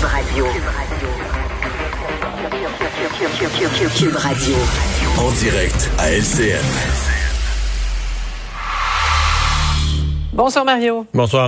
Radio. Cube Radio. En direct à LCN. Bonsoir Mario. Bonsoir.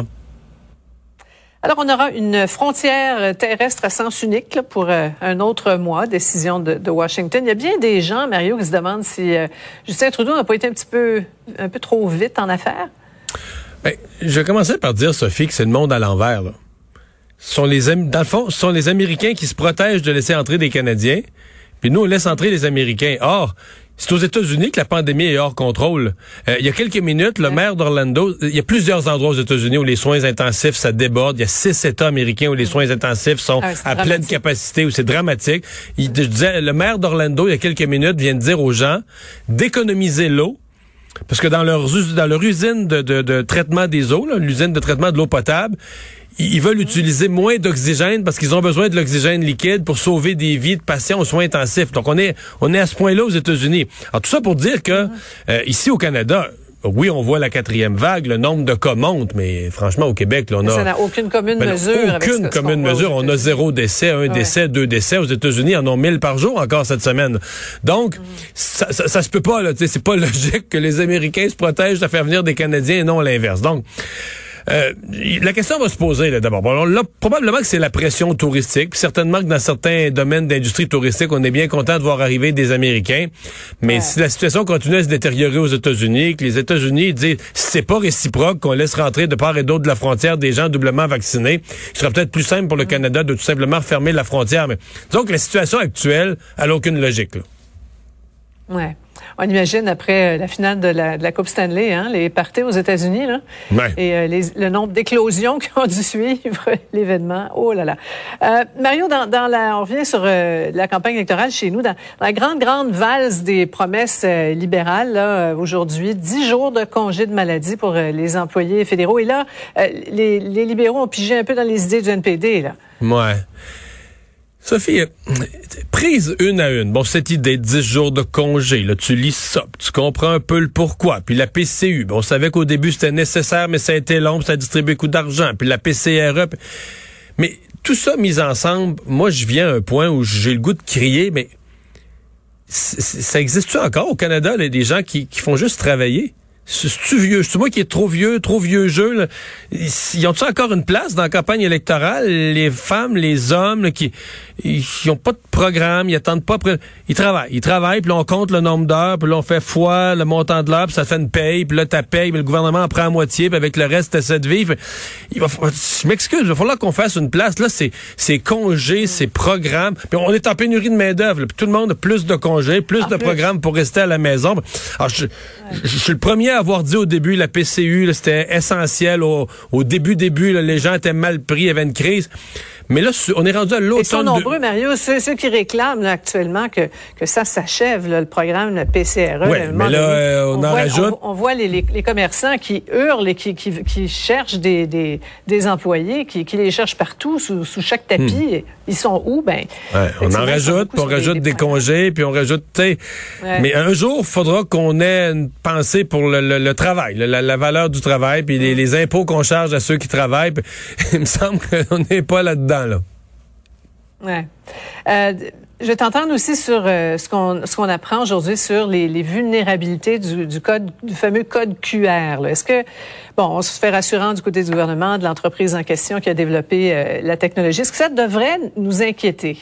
Alors, on aura une frontière terrestre à sens unique là, pour un autre mois, décision de Washington. Il y a bien des gens, Mario, qui se demandent si Justin Trudeau n'a pas été un peu trop vite en affaires. Ben, je commençais par dire, Sophie, que c'est le monde à l'envers. Là. Dans le fond, ce sont les Américains qui se protègent de laisser entrer des Canadiens, puis nous, on laisse entrer les Américains. Or, c'est aux États-Unis que la pandémie est hors contrôle. Il y a quelques minutes, le maire d'Orlando, il y a plusieurs endroits aux États-Unis où les soins intensifs, ça déborde. Il y a 6 États américains où les soins intensifs sont à pleine capacité, où c'est dramatique. Je disais, le maire d'Orlando, il y a quelques minutes, vient de dire aux gens d'économiser l'eau. Parce que dans leur usine de traitement des eaux, l'usine de traitement de l'eau potable, ils veulent utiliser moins d'oxygène parce qu'ils ont besoin de l'oxygène liquide pour sauver des vies de patients aux soins intensifs. Donc, on est à ce point-là aux États-Unis. Alors, tout ça pour dire que ici au Canada, oui, on voit la 4e vague, le nombre de cas monte, mais franchement, au Québec, là, ça n'a aucune commune mesure. Aucune commune mesure. On a 0 décès, 1 décès, 2 décès. Aux États-Unis, ils en ont 1000 par jour encore cette semaine. Donc, ça se peut pas, là. Tu sais, c'est pas logique que les Américains se protègent de faire venir des Canadiens et non l'inverse. Donc, la question va se poser là, d'abord. Bon, là, probablement que c'est la pression touristique. Puis certainement que dans certains domaines d'industrie touristique, on est bien content de voir arriver des Américains. Mais si la situation continue à se détériorer aux États-Unis, que les États-Unis disent si c'est pas réciproque, qu'on laisse rentrer de part et d'autre de la frontière des gens doublement vaccinés, il sera peut-être plus simple pour le Canada de tout simplement fermer la frontière. Mais disons que la situation actuelle, elle n'a aucune logique. Là. Ouais. On imagine après la finale de la Coupe Stanley, les parties aux États-Unis, là, et le nombre d'éclosions qui ont dû suivre l'événement. Oh là là. Mario, on revient sur la campagne électorale chez nous, dans la grande valse des promesses libérales, là, aujourd'hui, 10 jours de congé de maladie pour les employés fédéraux. Et là, les libéraux ont pigé un peu dans les idées du NPD, là. Ouais. Sophie, prise une à une, bon, cette idée de 10 jours de congé, là, tu lis ça, tu comprends un peu le pourquoi. Puis la PCU, bon, on savait qu'au début c'était nécessaire, mais ça a été long, puis ça a distribué beaucoup d'argent. Puis la PCRE, mais tout ça mis ensemble, moi, je viens à un point où j'ai le goût de crier, mais ça existe-tu encore au Canada, là, des gens qui font juste travailler? C'est-tu vieux? C'est moi qui est trop vieux jeu, là? Ils ont-tu encore une place dans la campagne électorale? Les femmes, les hommes, là, qui ont pas de programme, ils attendent pas, ils travaillent, puis là, on compte le nombre d'heures, puis là, on fait fois le montant de l'heure, puis ça fait une paye, puis là, ta paye, mais le gouvernement en prend à moitié, puis avec le reste, t'essaies de vivre. Je m'excuse, il va falloir qu'on fasse une place. Là, c'est congés, c'est programmes. Puis on est en pénurie de main-d'œuvre, puis tout le monde a plus de congés, plus de programmes pour rester à la maison. Alors, je suis le premier à avoir dit au début, la PCU, là, c'était essentiel. Au début, là, les gens étaient mal pris, il y avait une crise. Mais là, on est rendu à l'automne. Ils sont nombreux, Mario, ceux qui réclament là, actuellement que ça s'achève, là, le programme, le PCRE. Oui, mais là, on en rajoute. On voit les commerçants qui hurlent et qui cherchent des employés, qui les cherchent partout, sous chaque tapis. Ils sont où? On en rajoute, puis on rajoute des congés, puis on rajoute, mais un jour, il faudra qu'on ait une pensée pour le travail, la valeur du travail, puis les impôts qu'on charge à ceux qui travaillent. Il me semble qu'on n'est pas là-dedans. Là. Ouais. Je vais t'entendre aussi sur ce qu'on apprend aujourd'hui sur les vulnérabilités du fameux code QR. Là. Est-ce que, on se fait rassurant du côté du gouvernement, de l'entreprise en question qui a développé la technologie. Est-ce que ça devrait nous inquiéter?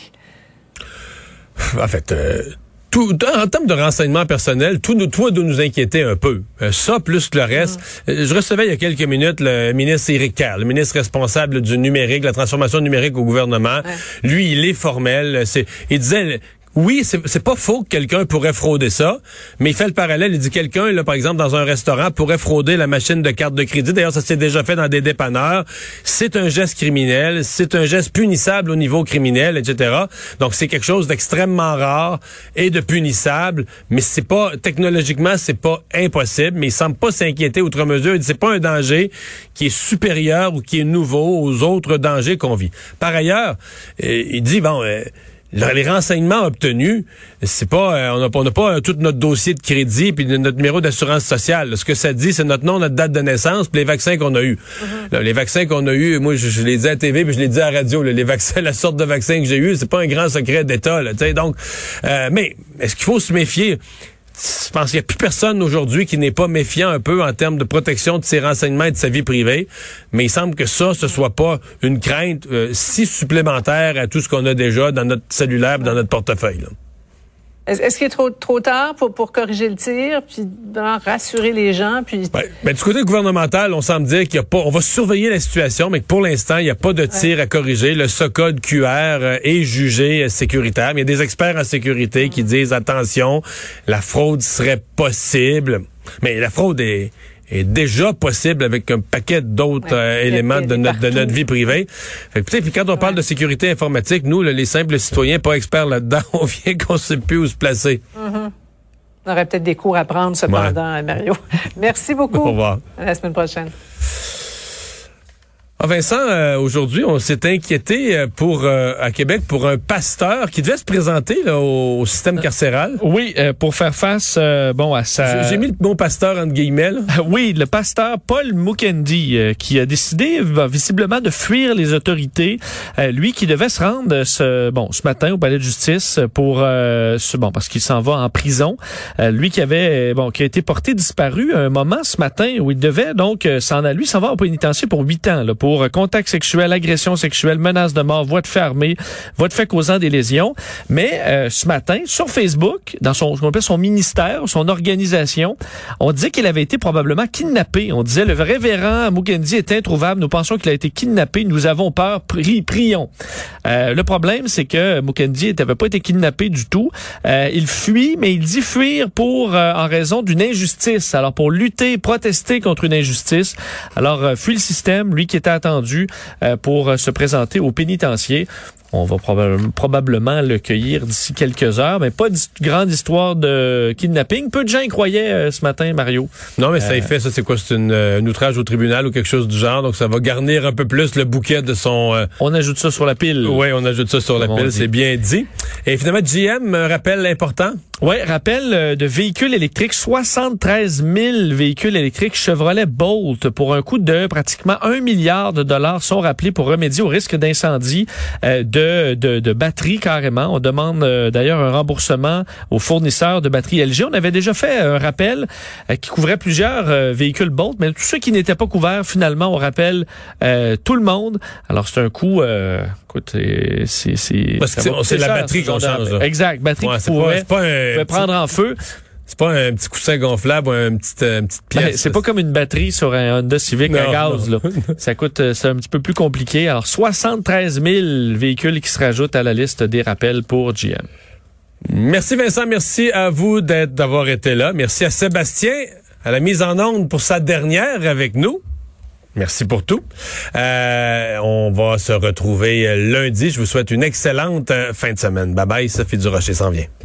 En fait, en termes de renseignement personnel, tout doit nous inquiéter un peu. Ça, plus que le reste. Je recevais il y a quelques minutes le ministre Éric Kerr, le ministre responsable du numérique, la transformation numérique au gouvernement. Ouais. Lui, il est formel. Il disait... Oui, c'est pas faux que quelqu'un pourrait frauder ça, mais il fait le parallèle. Il dit quelqu'un, là, par exemple, dans un restaurant, pourrait frauder la machine de carte de crédit. D'ailleurs, ça s'est déjà fait dans des dépanneurs. C'est un geste criminel, c'est un geste punissable au niveau criminel, etc. Donc, c'est quelque chose d'extrêmement rare et de punissable, mais c'est pas, technologiquement, c'est pas impossible, mais il semble pas s'inquiéter outre mesure. Il dit c'est pas un danger qui est supérieur ou qui est nouveau aux autres dangers qu'on vit. Par ailleurs, il dit, les renseignements obtenus, c'est pas, on n'a pas tout notre dossier de crédit puis notre numéro d'assurance sociale. Là, ce que ça dit, c'est notre nom, notre date de naissance, puis les vaccins qu'on a eus. Là, les vaccins qu'on a eus, moi, je l'ai dit à la TV, puis je l'ai dit à la radio. Là, les vaccins, la sorte de vaccin que j'ai eu, c'est pas un grand secret d'État. Là, donc, mais est-ce qu'il faut se méfier? Je pense qu'il n'y a plus personne aujourd'hui qui n'est pas méfiant un peu en termes de protection de ses renseignements et de sa vie privée. Mais il semble que ce soit pas une crainte si supplémentaire à tout ce qu'on a déjà dans notre cellulaire et dans notre portefeuille. Là. Est-ce qu'il est trop tard pour corriger le tir, puis rassurer les gens? Puis... Ben, du côté gouvernemental, on semble dire qu'il y a pas. On va surveiller la situation, mais que pour l'instant, il n'y a pas de tir à corriger. Le code QR est jugé sécuritaire. Mais il y a des experts en sécurité qui disent attention, la fraude serait possible. Mais la fraude est déjà possible avec un paquet d'autres éléments de notre vie privée. Fait que, puis quand on parle de sécurité informatique, nous, les simples citoyens pas experts là-dedans, on vient qu'on sait plus où se placer. On aurait peut-être des cours à prendre cependant, Mario. Merci beaucoup. Au revoir. À la semaine prochaine. Vincent, aujourd'hui, on s'est inquiété à Québec pour un pasteur qui devait se présenter là, au système carcéral. Oui, pour faire face à sa... J'ai mis le mot pasteur entre guillemets. Là. Oui, le pasteur Paul Mukendi qui a décidé visiblement de fuir les autorités. Lui qui devait se rendre ce matin au palais de justice pour parce qu'il s'en va en prison. Lui qui a été porté disparu à un moment ce matin où il devait donc s'en va au pénitentiaire pour 8 ans là, pour contact sexuel, agression sexuelle, menace de mort, voie de fait armée, voie de fait causant des lésions. Mais ce matin, sur Facebook, dans ce qu'on appelle son ministère, son organisation, on disait qu'il avait été probablement kidnappé. On disait le révérend Mukendi est introuvable. Nous pensons qu'il a été kidnappé. Nous avons peur. Prions. Le problème, c'est que Mukendi n'avait pas été kidnappé du tout. Il fuit, mais il dit fuir en raison d'une injustice. Alors pour lutter, protester contre une injustice. Alors fuit le système. Lui qui était attendu pour se présenter au pénitencier. On va probablement le cueillir d'ici quelques heures, mais pas de grande histoire de kidnapping. Peu de gens y croyaient ce matin, Mario. Non, mais ça y fait, ça c'est quoi? C'est un outrage au tribunal ou quelque chose du genre, donc ça va garnir un peu plus le bouquet de son... On ajoute ça sur la pile. Oui, on ajoute ça sur la pile, c'est bien dit. Et finalement, GM, rappel important? Oui, rappel de véhicules électriques, 73 000 véhicules électriques Chevrolet Bolt pour un coût de pratiquement 1 milliard de dollars sont rappelés pour remédier au risque d'incendie de batteries carrément. On demande d'ailleurs un remboursement aux fournisseurs de batteries LG. On avait déjà fait un rappel qui couvrait plusieurs véhicules Bolt, mais tous ceux qui n'étaient pas couverts, finalement, on rappelle tout le monde. Alors, c'est un coût... c'est la batterie qu'on change. Là. Exact, batterie qui pouvait prendre en feu. C'est pas un petit coussin gonflable ou une petite pièce. C'est pas comme une batterie sur un Honda Civic à gaz. Là. Ça coûte, c'est un petit peu plus compliqué. Alors, 73 000 véhicules qui se rajoutent à la liste des rappels pour GM. Merci Vincent, merci à vous d'avoir été là. Merci à Sébastien à la mise en onde pour sa dernière avec nous. Merci pour tout. On va se retrouver lundi. Je vous souhaite une excellente fin de semaine. Bye bye, Sophie Durocher s'en vient.